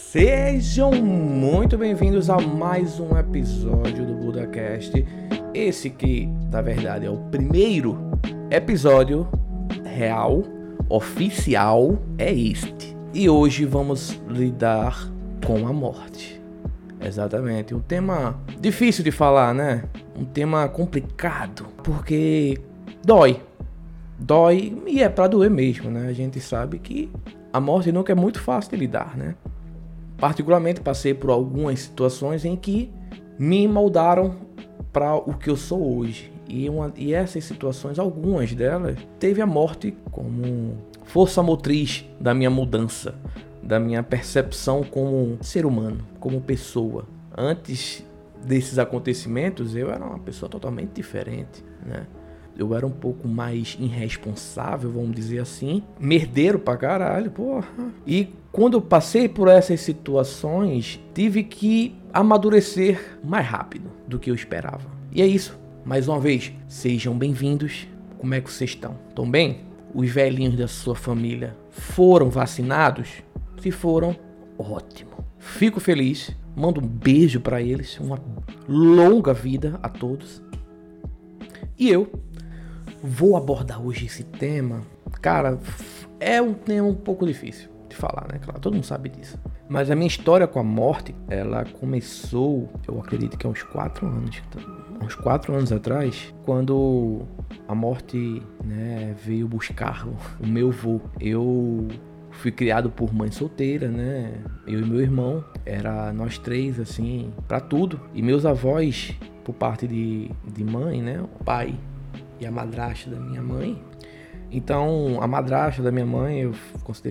Sejam muito bem-vindos a mais um episódio do BudaCast. Esse que, na verdade, é o primeiro episódio real, oficial, é este. E hoje vamos lidar com a morte. Exatamente, um tema difícil de falar, né? Um tema complicado, porque dói e é pra doer mesmo, né? A gente sabe que a morte nunca é muito fácil de lidar, né? Particularmente passei por algumas situações em que me moldaram para o que eu sou hoje. E essas situações, algumas delas, teve a morte como força motriz da minha mudança, da minha percepção como ser humano, como pessoa. Antes desses acontecimentos, eu era uma pessoa totalmente diferente, né? Eu era um pouco mais irresponsável, vamos dizer assim. Merdeiro pra caralho, porra. E quando eu passei por essas situações, tive que amadurecer mais rápido do que eu esperava. E é isso. Mais uma vez, sejam bem-vindos. Como é que vocês estão? Estão bem? Os velhinhos da sua família foram vacinados? Se foram, ótimo. Fico feliz. Mando um beijo pra eles. Uma longa vida a todos. E eu vou abordar hoje esse tema. Cara, é um tema um pouco difícil de falar, né? Claro, todo mundo sabe disso. Mas a minha história com a morte, ela começou, eu acredito que há uns 4 anos. Uns 4 anos atrás, quando a morte, né, veio buscar o meu avô. Eu fui criado por mãe solteira, né? Eu e meu irmão, era nós três, assim, pra tudo. E meus avós, por parte de mãe, né? O pai e a madrasta da minha mãe. Então, a madrasta da minha mãe eu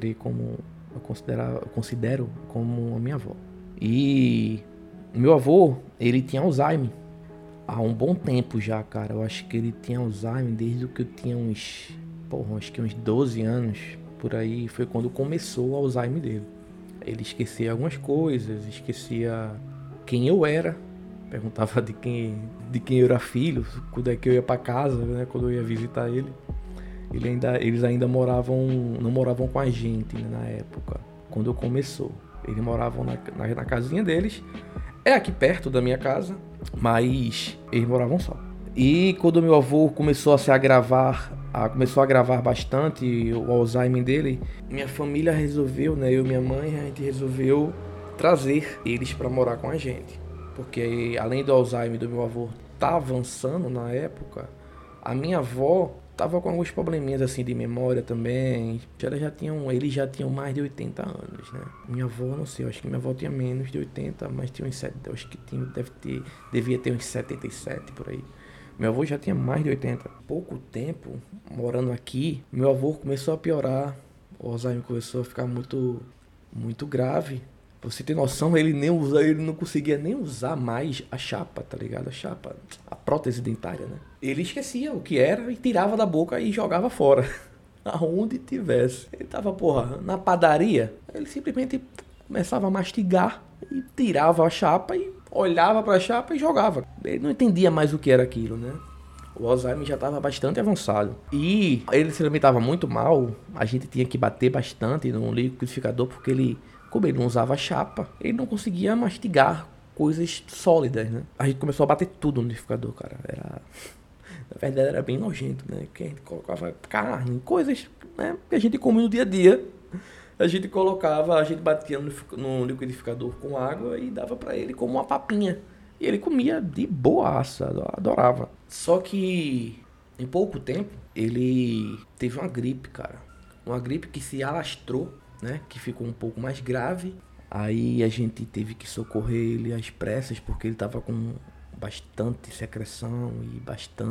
considero como a minha avó. E meu avô, ele tinha Alzheimer há um bom tempo já, cara. Eu acho que ele tinha Alzheimer desde que eu tinha uns 12 anos, por aí. Foi quando começou o Alzheimer dele. Ele esquecia algumas coisas, esquecia quem eu era. Perguntava de quem eu era filho, quando é que eu ia pra casa, né? Quando eu ia visitar ele. Eles ainda não moravam com a gente, né, na época, quando começou. Eles moravam na casinha deles. É aqui perto da minha casa, mas eles moravam só. E quando meu avô começou a agravar bastante o Alzheimer dele, minha família resolveu, né? Eu e minha mãe, a gente resolveu trazer eles pra morar com a gente. Porque além do Alzheimer do meu avô tá avançando na época, a minha avó tava com alguns probleminhas assim de memória também. Eles já tinham mais de 80 anos, né? Minha avó, não sei, eu acho que minha avó tinha menos de 80, mas tinha uns 70, eu acho que devia ter uns 77 por aí. Meu avô já tinha mais de 80. Pouco tempo morando aqui, meu avô começou a piorar. O Alzheimer começou a ficar muito, muito grave. Pra você ter noção, ele não conseguia nem usar mais a chapa, tá ligado? A prótese dentária, né? Ele esquecia o que era e tirava da boca e jogava fora. Aonde tivesse. Ele tava, na padaria, ele simplesmente começava a mastigar e tirava a chapa e olhava pra chapa e jogava. Ele não entendia mais o que era aquilo, né? O Alzheimer já estava bastante avançado. E ele se alimentava muito mal. A gente tinha que bater bastante no liquidificador porque como ele não usava chapa, ele não conseguia mastigar coisas sólidas, né? A gente começou a bater tudo no liquidificador, cara. Na verdade, era bem nojento, né? Que a gente colocava carne, coisas, né, que a gente comia no dia a dia. A gente batia no liquidificador com água e dava pra ele como uma papinha. E ele comia de boaça, adorava. Só que, em pouco tempo, ele teve uma gripe, cara. Uma gripe que se alastrou, né, que ficou um pouco mais grave. Aí a gente teve que socorrer ele às pressas, porque ele estava com bastante secreção e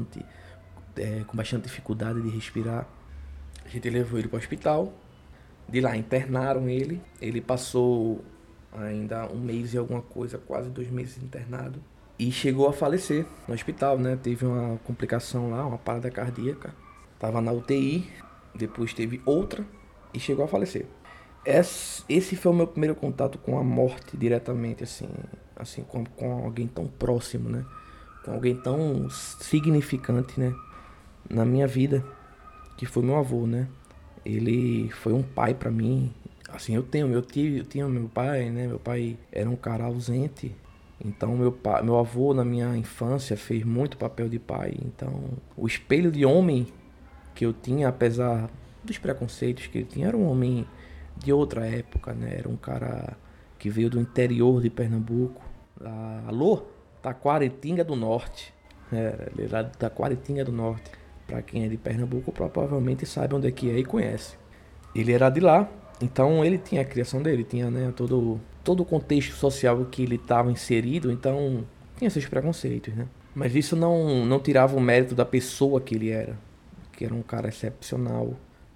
com bastante dificuldade de respirar. A gente levou ele para o hospital. De lá internaram ele. Ele passou ainda 1 mês e alguma coisa, quase 2 meses internado. E chegou a falecer no hospital, né? Teve uma complicação lá, uma parada cardíaca. Tava na UTI, depois teve outra e chegou a falecer. Esse foi o meu primeiro contato com a morte diretamente, assim com alguém tão próximo, né? Com alguém tão significante, né? Na minha vida, que foi meu avô, né? Ele foi um pai pra mim, Assim, eu tinha meu pai, né? Meu pai era um cara ausente. Então, meu avô, na minha infância, fez muito papel de pai. Então, o espelho de homem que eu tinha, apesar dos preconceitos que ele tinha, era um homem de outra época, né? Era um cara que veio do interior de Pernambuco. Alô? Taquaritinga do Norte. Ele era da Taquaritinga do Norte. Pra quem é de Pernambuco, provavelmente sabe onde é que é e conhece. Ele era de lá, então ele tinha a criação dele, tinha, né, todo o contexto social que ele estava inserido, então tinha seus preconceitos, né? Mas isso não tirava o mérito da pessoa que era um cara excepcional,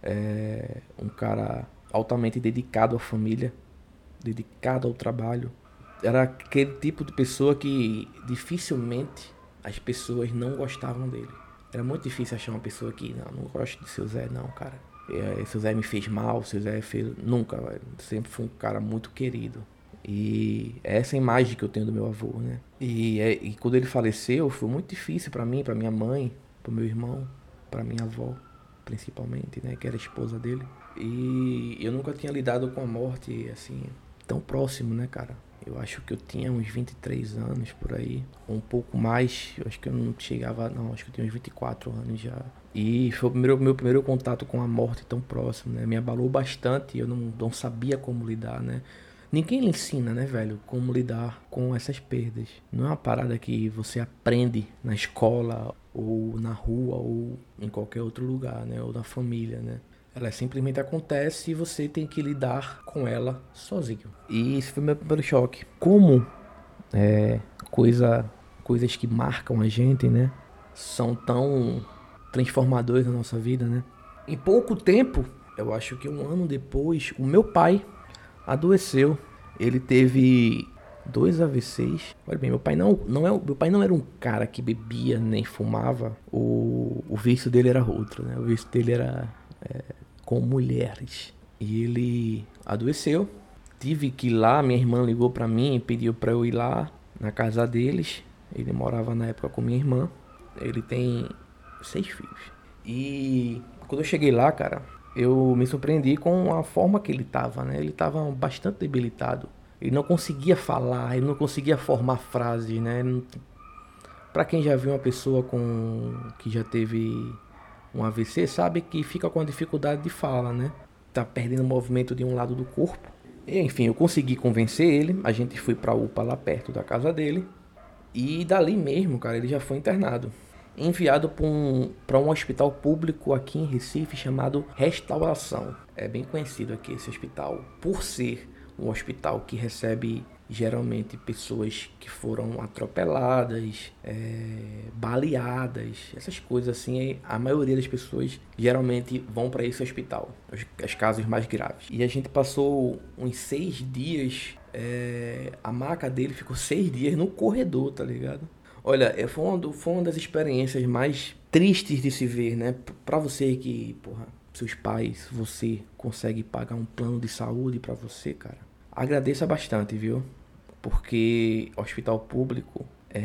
um cara altamente dedicado à família, dedicado ao trabalho. Era aquele tipo de pessoa que dificilmente as pessoas não gostavam dele. Era muito difícil achar uma pessoa que não gosta de seu Zé, não, cara. Seu Zé me fez mal, seu Zé fez. Nunca, velho. Sempre foi um cara muito querido. E é essa imagem que eu tenho do meu avô, né? E quando ele faleceu, foi muito difícil pra mim, pra minha mãe, pro meu irmão, pra minha avó, principalmente, né? Que era a esposa dele. E eu nunca tinha lidado com a morte, assim, tão próximo, né, cara? Eu acho que eu tinha uns 23 anos por aí, ou um pouco mais. Eu acho que eu não chegava, não, acho que eu tinha uns 24 anos já. E foi o meu primeiro contato com a morte tão próximo, né? Me abalou bastante, eu não sabia como lidar, né? Ninguém lhe ensina, né, velho, como lidar com essas perdas. Não é uma parada que você aprende na escola, ou na rua, ou em qualquer outro lugar, né? Ou na família, né? Ela simplesmente acontece e você tem que lidar com ela sozinho. E esse foi meu primeiro choque. Como é, coisa, coisas que marcam a gente, né? São tão transformadores na nossa vida, né? Em pouco tempo, eu acho que um ano depois, o meu pai adoeceu. Ele teve 2 AVCs. Olha bem, meu pai não era um cara que bebia nem fumava. O vício dele era outro, né? O vício dele era com mulheres. E ele adoeceu. Tive que ir lá, minha irmã ligou pra mim e pediu pra eu ir lá na casa deles. Ele morava na época com minha irmã. Ele tem 6 filhos. E quando eu cheguei lá, cara, eu me surpreendi com a forma que ele tava, né? Ele tava bastante debilitado. Ele não conseguia falar, ele não conseguia formar frases, né? Pra quem já viu uma pessoa que já teve um AVC, sabe que fica com a dificuldade de fala, né? Tá perdendo o movimento de um lado do corpo. E, enfim, eu consegui convencer ele. A gente foi pra UPA lá perto da casa dele. E dali mesmo, cara, ele já foi internado. Enviado para um hospital público aqui em Recife chamado Restauração. É bem conhecido aqui esse hospital por ser um hospital que recebe geralmente pessoas que foram atropeladas, baleadas, essas coisas assim. A maioria das pessoas geralmente vão para esse hospital, os casos mais graves. E a gente passou uns 6 dias, a maca dele ficou 6 dias no corredor, tá ligado? Olha, foi uma das experiências mais tristes de se ver, né? Pra você que, porra, seus pais, você consegue pagar um plano de saúde pra você, cara. Agradeça bastante, viu? Porque hospital público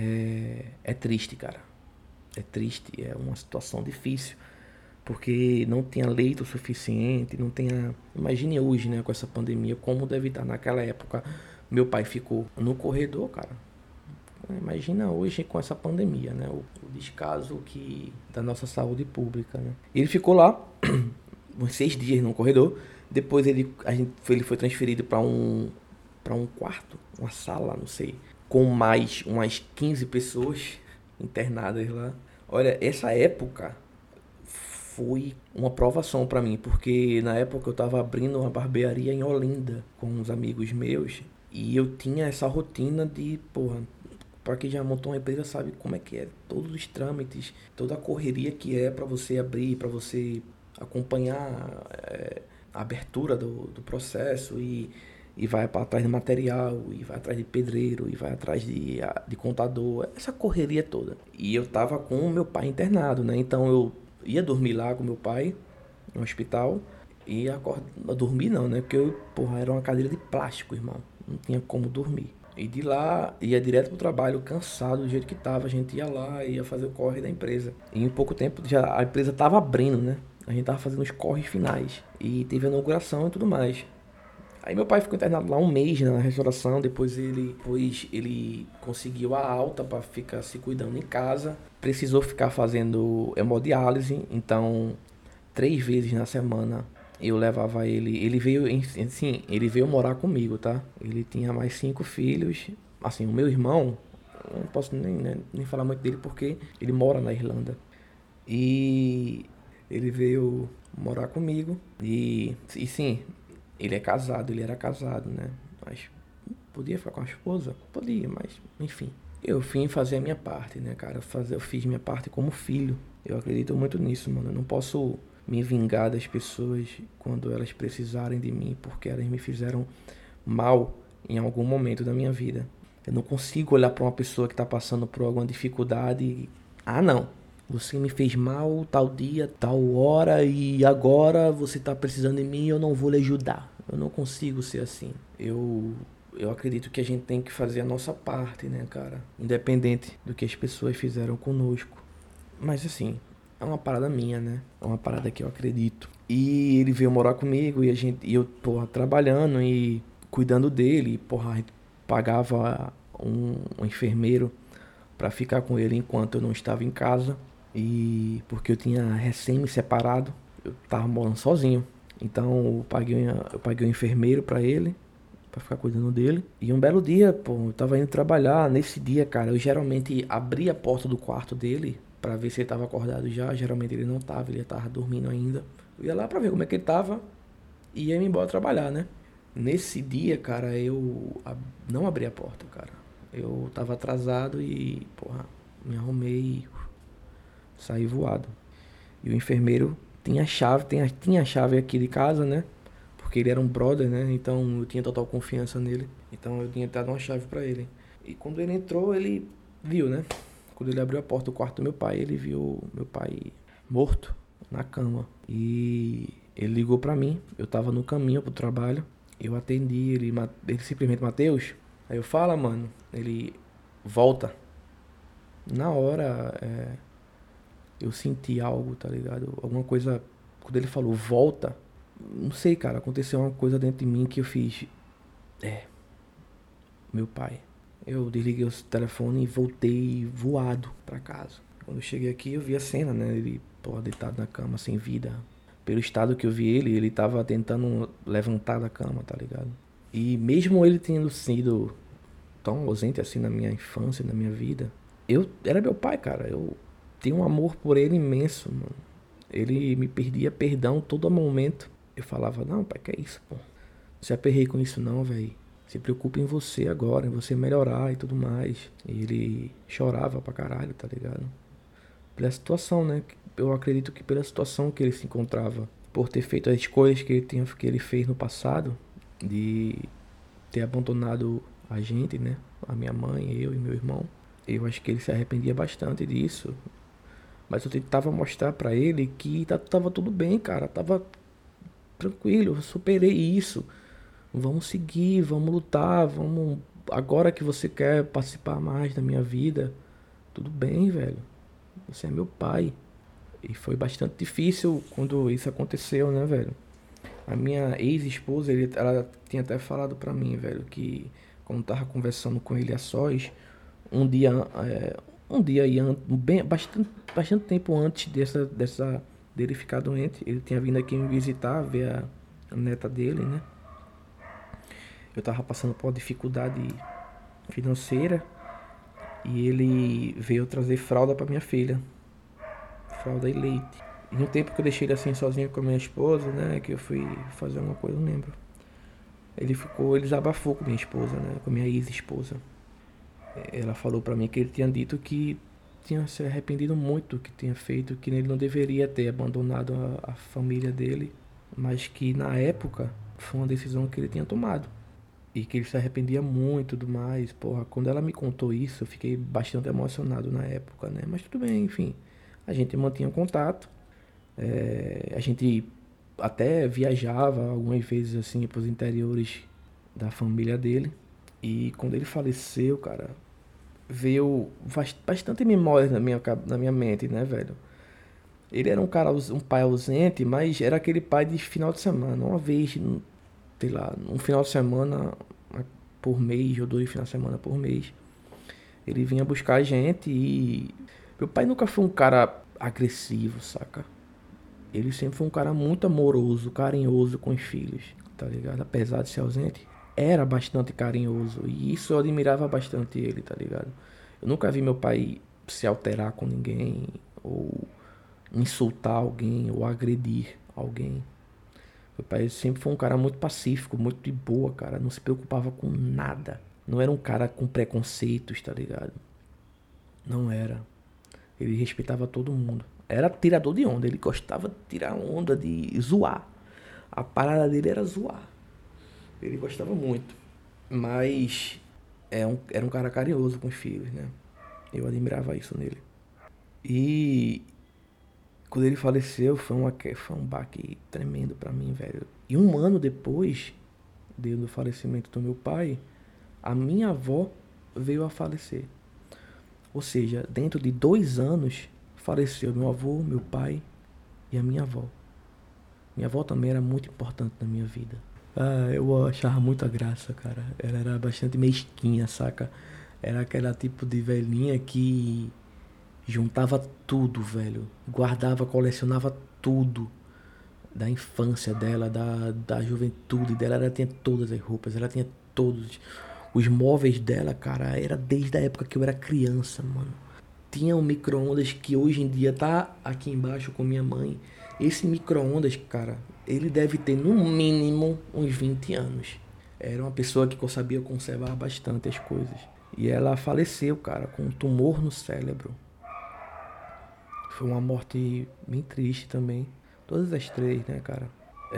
é triste, cara. É triste, é uma situação difícil. Porque não tinha leito suficiente, não tinha... Imagine hoje, né, com essa pandemia, como deve estar naquela época. Meu pai ficou no corredor, cara. Imagina hoje com essa pandemia, né? O descaso da nossa saúde pública, né? Ele ficou lá uns 6 dias no corredor. Depois ele foi transferido para um quarto, uma sala, não sei, com mais umas 15 pessoas internadas lá. Olha, essa época foi uma provação para mim, porque na época eu tava abrindo uma barbearia em Olinda com uns amigos meus e eu tinha essa rotina de, porra, para quem já montou uma empresa sabe como é que é, todos os trâmites, toda a correria que é para você abrir, para você acompanhar a abertura do processo e vai para atrás de material, e vai atrás de pedreiro, e vai atrás de contador, essa correria toda. E eu tava com o meu pai internado, né? Então eu ia dormir lá com meu pai no hospital e dormir não, né? Porque porra, era uma cadeira de plástico, irmão. Não tinha como dormir. E de lá, ia direto pro trabalho, cansado do jeito que tava. A gente ia lá, ia fazer o corre da empresa. E em pouco tempo, já a empresa tava abrindo, né? A gente tava fazendo os corres finais. E teve a inauguração e tudo mais. Aí meu pai ficou internado lá um mês na restauração, depois ele conseguiu a alta para ficar se cuidando em casa. Precisou ficar fazendo hemodiálise, então 3 vezes na semana eu levava ele. Ele veio morar comigo, tá? Ele tinha mais 5 filhos. Assim, o meu irmão, eu não posso nem falar muito dele porque ele mora na Irlanda. E ele veio morar comigo. E sim, ele é casado, ele era casado, né? Mas podia ficar com a esposa? Podia, mas enfim. Eu vim fazer a minha parte, né, cara? Eu fiz minha parte como filho. Eu acredito muito nisso, mano. Eu não posso me vingar das pessoas quando elas precisarem de mim, porque elas me fizeram mal em algum momento da minha vida. Eu não consigo olhar pra uma pessoa que tá passando por alguma dificuldade e... Ah, não. Você me fez mal tal dia, tal hora e agora você tá precisando de mim e eu não vou lhe ajudar. Eu não consigo ser assim. Eu acredito que a gente tem que fazer a nossa parte, né, cara? Independente do que as pessoas fizeram conosco. Mas assim, é uma parada minha, né? É uma parada que eu acredito. E ele veio morar comigo e eu, porra, trabalhando e cuidando dele. E, porra, a gente pagava um enfermeiro pra ficar com ele enquanto eu não estava em casa. E porque eu tinha recém me separado, eu tava morando sozinho. Então eu paguei um enfermeiro pra ele, pra ficar cuidando dele. E um belo dia, pô, eu tava indo trabalhar. Nesse dia, cara, eu geralmente abria a porta do quarto dele pra ver se ele tava acordado já. Geralmente ele não tava, ele tava dormindo ainda. Eu ia lá pra ver como é que ele tava e ia me embora trabalhar, né? Nesse dia, cara, não abri a porta, cara. Eu tava atrasado e, porra, me arrumei e saí voado. E o enfermeiro tinha a chave, tinha a chave aqui de casa, né? Porque ele era um brother, né? Então eu tinha total confiança nele. Então eu tinha dado uma chave pra ele. E quando ele entrou, ele viu, né? Quando ele abriu a porta do quarto do meu pai, ele viu meu pai morto na cama. E ele ligou pra mim. Eu tava no caminho pro trabalho. Eu atendi, ele simplesmente, Matheus. Aí eu, fala, mano. Ele, volta. Na hora, eu senti algo, tá ligado? Alguma coisa, quando ele falou volta, não sei, cara, aconteceu uma coisa dentro de mim que eu fiz. Meu pai. Eu desliguei o telefone e voltei voado pra casa. Quando eu cheguei aqui, eu vi a cena, né? Ele, pô, deitado na cama, sem vida. Pelo estado que eu vi ele tava tentando levantar da cama, tá ligado? E mesmo ele tendo sido tão ausente assim na minha infância, na minha vida, era meu pai, cara. Eu tenho um amor por ele imenso, mano. Ele me pedia perdão todo momento. Eu falava, não, pai, que é isso, pô? Não se aperrei com isso não, velho. Se preocupe em você agora, em você melhorar e tudo mais. E ele chorava pra caralho, tá ligado? Pela situação, né? Eu acredito que pela situação que ele se encontrava, por ter feito as escolhas que ele fez no passado, de ter abandonado a gente, né? A minha mãe, eu e meu irmão. Eu acho que ele se arrependia bastante disso. Mas eu tentava mostrar pra ele que tava tudo bem, cara. Tava tranquilo, eu superei isso. Vamos seguir, vamos lutar, vamos... Agora que você quer participar mais da minha vida, tudo bem, velho. Você é meu pai. E foi bastante difícil quando isso aconteceu, né, velho? A minha ex-esposa, ela tinha até falado pra mim, velho, que quando tava conversando com ele a sós, um dia, bastante tempo antes dele ficar doente, ele tinha vindo aqui me visitar, ver a neta dele, né? Eu tava passando por uma dificuldade financeira e ele veio trazer fralda pra minha filha, fralda e leite. E no tempo que eu deixei ele assim sozinho com a minha esposa, né, que eu fui fazer alguma coisa, não lembro. Ele desabafou com minha esposa, né, com minha ex-esposa. Ela falou pra mim que ele tinha dito que tinha se arrependido muito do que tinha feito, que ele não deveria ter abandonado a família dele, mas que na época foi uma decisão que ele tinha tomado. E que ele se arrependia muito do mais. Porra, quando ela me contou isso, eu fiquei bastante emocionado na época, né? Mas tudo bem, enfim. A gente mantinha contato. A gente até viajava algumas vezes, assim, pros interiores da família dele. E quando ele faleceu, cara, veio bastante memórias na minha mente, né, velho? Ele era um pai ausente, mas era aquele pai de final de semana. Uma vez sei lá, um final de semana por mês, ou 2 finais de semana por mês, ele vinha buscar a gente. E meu pai nunca foi um cara agressivo, saca? Ele sempre foi um cara muito amoroso, carinhoso com os filhos, tá ligado? Apesar de ser ausente, era bastante carinhoso. E isso eu admirava bastante ele, tá ligado? Eu nunca vi meu pai se alterar com ninguém, ou insultar alguém, ou agredir alguém. Meu pai sempre foi um cara muito pacífico, muito de boa, cara. Não se preocupava com nada. Não era um cara com preconceitos, tá ligado? Não era. Ele respeitava todo mundo. Era tirador de onda. Ele gostava de tirar onda, de zoar. A parada dele era zoar. Ele gostava muito. Mas era um cara carinhoso com os filhos, né? Eu admirava isso nele. E quando ele faleceu, foi um baque tremendo pra mim, velho. E um ano depois do falecimento do meu pai, a minha avó veio a falecer. Ou seja, dentro de 2 anos, faleceu meu avô, meu pai e a minha avó. Minha avó também era muito importante na minha vida. Ah, eu achava muita graça, cara. Ela era bastante mesquinha, saca? Era aquela tipo de velhinha que juntava tudo, velho. Guardava, colecionava tudo da infância dela, da juventude dela. Ela tinha todas as roupas, ela tinha todos os móveis dela, cara. Era desde a época que eu era criança, mano. Tinha um micro-ondas que hoje em dia tá aqui embaixo com minha mãe. Esse micro-ondas, cara, ele deve ter no mínimo uns 20 anos. Era uma pessoa que sabia conservar bastante as coisas. E ela faleceu, cara, com um tumor no cérebro. Foi uma morte bem triste também. Todas as 3, né, cara?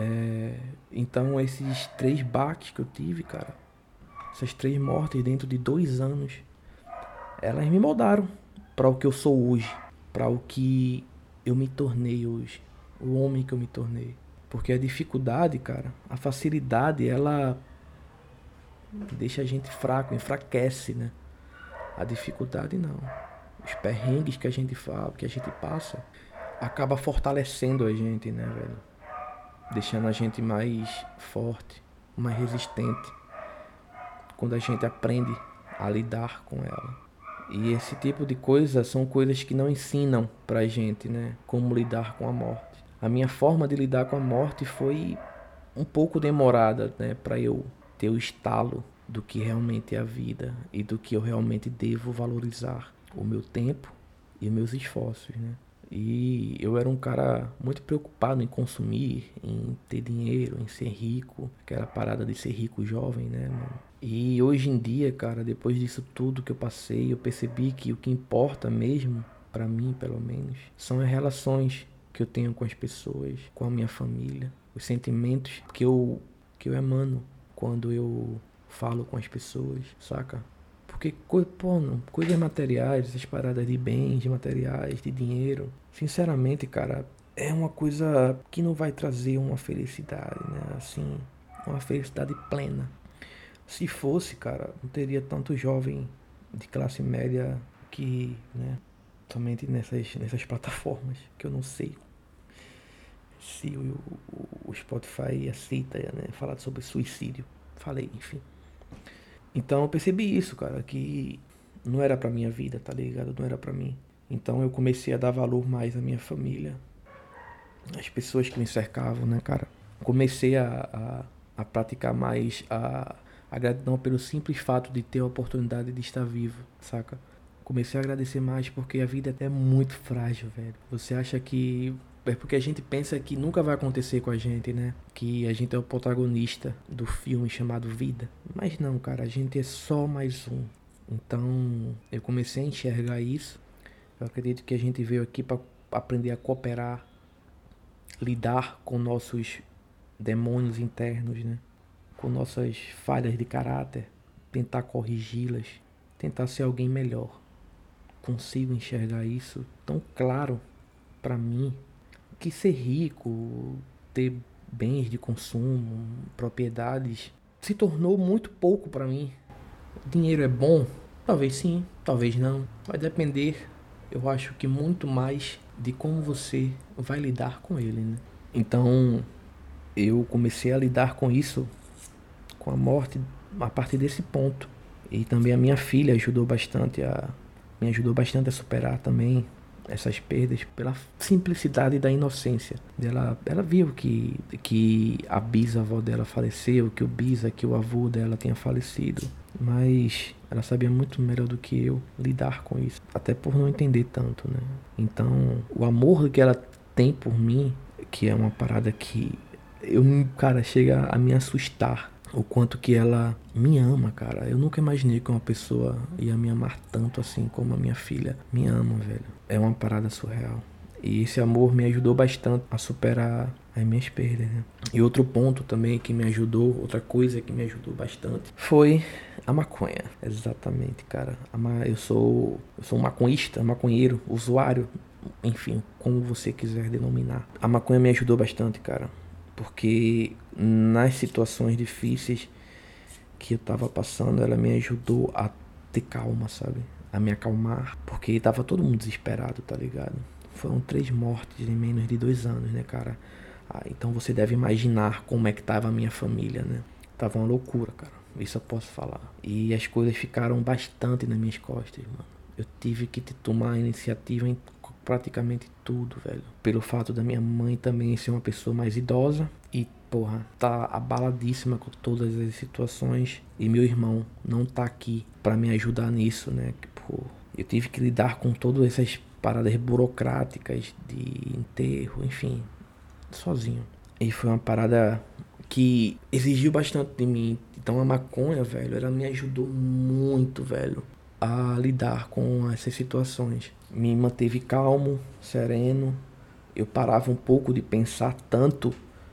Então, esses 3 baques que eu tive, cara, essas 3 mortes dentro de 2 anos, elas me moldaram para o que eu sou hoje, para o que eu me tornei hoje, o homem que eu me tornei. Porque a dificuldade, cara, a facilidade, ela deixa a gente fraco, enfraquece, né? A dificuldade não. Os perrengues que a gente fala, que a gente passa, acaba fortalecendo a gente, né, velho? Deixando a gente mais forte, mais resistente, quando a gente aprende a lidar com ela. E esse tipo de coisa são coisas que não ensinam pra gente, né? Como lidar com a morte. A minha forma de lidar com a morte foi um pouco demorada, né? Pra eu ter o estalo do que realmente é a vida e do que eu realmente devo valorizar. O meu tempo e meus esforços, né? E eu era um cara muito preocupado em consumir, em ter dinheiro, em ser rico. Aquela parada de ser rico jovem, né, mano? E hoje em dia, cara, depois disso tudo que eu passei, eu percebi que o que importa mesmo, pra mim pelo menos, são as relações que eu tenho com as pessoas, com a minha família. Os sentimentos que eu emano quando eu falo com as pessoas, saca? Porque, pô, não, coisas materiais, essas paradas de bens, de materiais, de dinheiro, sinceramente, cara, é uma coisa que não vai trazer uma felicidade, né? Assim, uma felicidade plena. Se fosse, cara, não teria tanto jovem de classe média que, né, somente nessas plataformas, que eu não sei se o Spotify aceita, né, falar sobre suicídio. Falei, enfim. Então eu percebi isso, cara, que não era pra minha vida, tá ligado? Não era pra mim. Então eu comecei a dar valor mais à minha família, às pessoas que me cercavam, né, cara? Comecei a praticar mais a gratidão pelo simples fato de ter a oportunidade de estar vivo, saca? Comecei a agradecer mais porque a vida é muito frágil, velho. Você acha que é porque a gente pensa que nunca vai acontecer com a gente, né? Que a gente é o protagonista do filme chamado Vida. Mas não, cara, a gente é só mais um. Então, eu comecei a enxergar isso. Eu acredito que a gente veio aqui para aprender a cooperar, lidar com nossos demônios internos, né? Com nossas falhas de caráter, tentar corrigi-las, tentar ser alguém melhor. Consigo enxergar isso tão claro para mim que ser rico, ter bens de consumo, propriedades, se tornou muito pouco para mim. Dinheiro é bom? Talvez sim, talvez não. Vai depender, eu acho que muito mais de como você vai lidar com ele, né? Então, eu comecei a lidar com isso com a morte a partir desse ponto. E também a minha filha me ajudou bastante a superar também essas perdas pela simplicidade da inocência. Ela viu que a bisavó dela faleceu, que o avô dela tinha falecido, mas ela sabia muito melhor do que eu lidar com isso, até por não entender tanto, né? Então, o amor que ela tem por mim, que é uma parada que cara, chega a me assustar. O quanto que ela me ama, cara. Eu nunca imaginei que uma pessoa ia me amar tanto assim como a minha filha me ama, velho. É uma parada surreal. E esse amor me ajudou bastante a superar as minhas perdas, né? E outro ponto também que me ajudou, outra coisa que me ajudou bastante, foi a maconha. Exatamente, cara. Eu sou um maconhista, maconheiro, usuário, enfim, como você quiser denominar. A maconha me ajudou bastante, cara. Porque nas situações difíceis que eu tava passando, ela me ajudou a ter calma, sabe? A me acalmar. Porque tava todo mundo desesperado, tá ligado? Foram 3 mortes em menos de 2 anos, né, cara? Então você deve imaginar como é que tava a minha família, né? Tava uma loucura, cara. Isso eu posso falar. E as coisas ficaram bastante nas minhas costas, mano. Eu tive que tomar a iniciativa em praticamente tudo, velho. Pelo fato da minha mãe também ser uma pessoa mais idosa e, porra, tá abaladíssima com todas as situações. E meu irmão não tá aqui pra me ajudar nisso, né? Pô, eu tive que lidar com todas essas paradas burocráticas de enterro, enfim, sozinho. E foi uma parada que exigiu bastante de mim. Então a maconha, velho, ela me ajudou muito, velho, a lidar com essas situações. Me manteve calmo, sereno. Eu parava um pouco de pensar tanto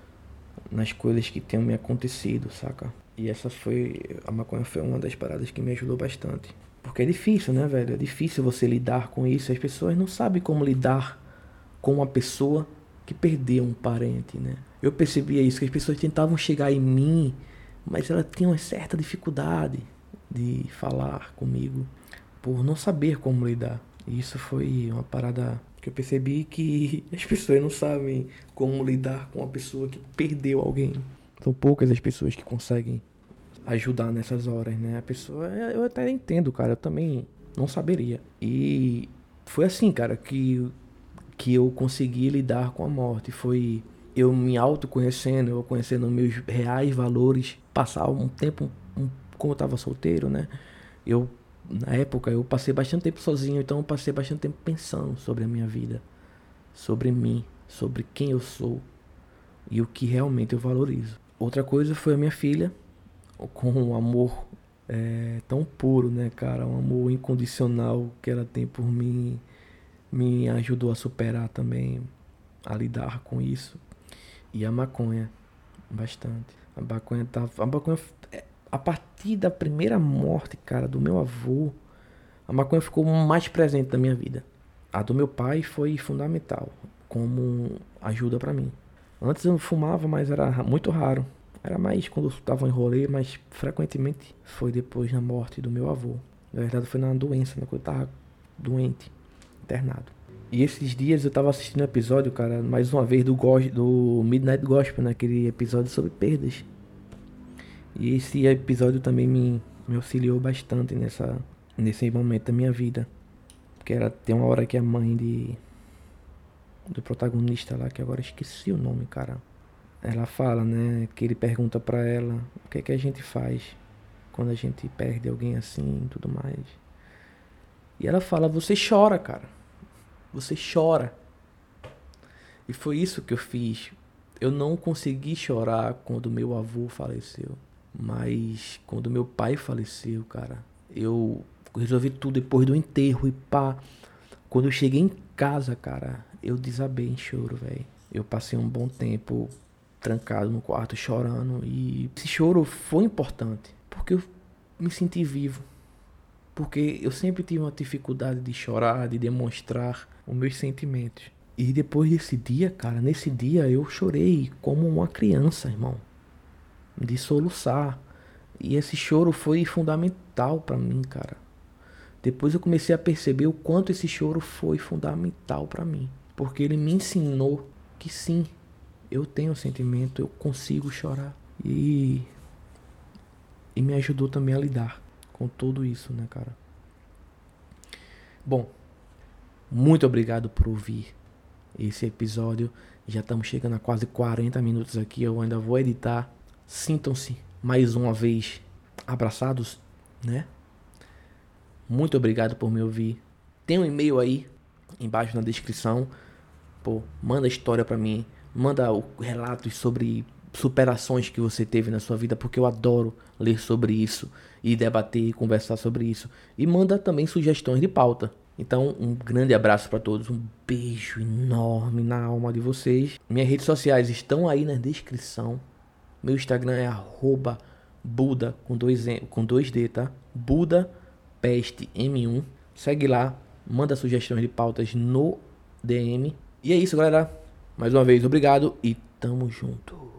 nas coisas que tinham me acontecido, saca? E a maconha foi uma das paradas que me ajudou bastante. Porque é difícil, né, velho? É difícil você lidar com isso. As pessoas não sabem como lidar com uma pessoa que perdeu um parente, né? Eu percebia isso, que as pessoas tentavam chegar em mim, mas elas tinham uma certa dificuldade de falar comigo por não saber como lidar. E isso foi uma parada que eu percebi, que as pessoas não sabem como lidar com uma pessoa que perdeu alguém. São poucas as pessoas que conseguem ajudar nessas horas, né? A pessoa, eu até entendo, cara, eu também não saberia. E foi assim, cara, que eu consegui lidar com a morte. Foi eu me autoconhecendo, eu conhecendo meus reais valores, passar um tempo, como eu tava solteiro, né? Na época, eu passei bastante tempo sozinho, então eu passei bastante tempo pensando sobre a minha vida, sobre mim, sobre quem eu sou e o que realmente eu valorizo. Outra coisa foi a minha filha, com um amor tão puro, né, cara? Um amor incondicional que ela tem por mim, me ajudou a superar também, a lidar com isso. E a maconha, bastante. A maconha, a partir da primeira morte, cara, do meu avô, a maconha ficou mais presente na minha vida. A do meu pai foi fundamental, como ajuda pra mim. Antes eu fumava, mas era muito raro. Era mais quando eu tava em rolê, mas frequentemente foi depois da morte do meu avô. Na verdade foi na doença, né, quando eu tava doente, internado. E esses dias eu tava assistindo um episódio, cara, mais uma vez do Midnight Gospel, né, aquele episódio sobre perdas. E esse episódio também me auxiliou bastante nesse momento da minha vida. Porque tem uma hora que a mãe do protagonista lá, que agora esqueci o nome, cara. Ela fala, né, que ele pergunta pra ela o que é que a gente faz quando a gente perde alguém assim e tudo mais. E ela fala, você chora, cara. Você chora. E foi isso que eu fiz. Eu não consegui chorar quando meu avô faleceu. Mas quando meu pai faleceu, cara, eu resolvi tudo depois do enterro e pá. Quando eu cheguei em casa, cara, eu desabei em choro, velho. Eu passei um bom tempo trancado no quarto chorando. E esse choro foi importante, porque eu me senti vivo. Porque eu sempre tive uma dificuldade de chorar, de demonstrar os meus sentimentos. E depois desse dia, cara, nesse dia eu chorei como uma criança, irmão. De soluçar. E esse choro foi fundamental pra mim, cara. Depois eu comecei a perceber o quanto esse choro foi fundamental pra mim. Porque ele me ensinou que sim, eu tenho sentimento, eu consigo chorar. E e me ajudou também a lidar com tudo isso, né, cara? Bom, muito obrigado por ouvir esse episódio. Já estamos chegando a quase 40 minutos aqui. Eu ainda vou editar. Sintam-se mais uma vez abraçados, né? Muito obrigado por me ouvir. Tem um e-mail aí embaixo na descrição. Pô, manda história pra mim. Manda relatos sobre superações que você teve na sua vida, porque eu adoro ler sobre isso e debater e conversar sobre isso. E manda também sugestões de pauta. Então, um grande abraço para todos, um beijo enorme na alma de vocês. Minhas redes sociais estão aí na descrição. Meu Instagram é @buda com dois D, tá? Buda Peste M1. Segue lá, manda sugestões de pautas no DM. E é isso, galera. Mais uma vez, obrigado e tamo junto.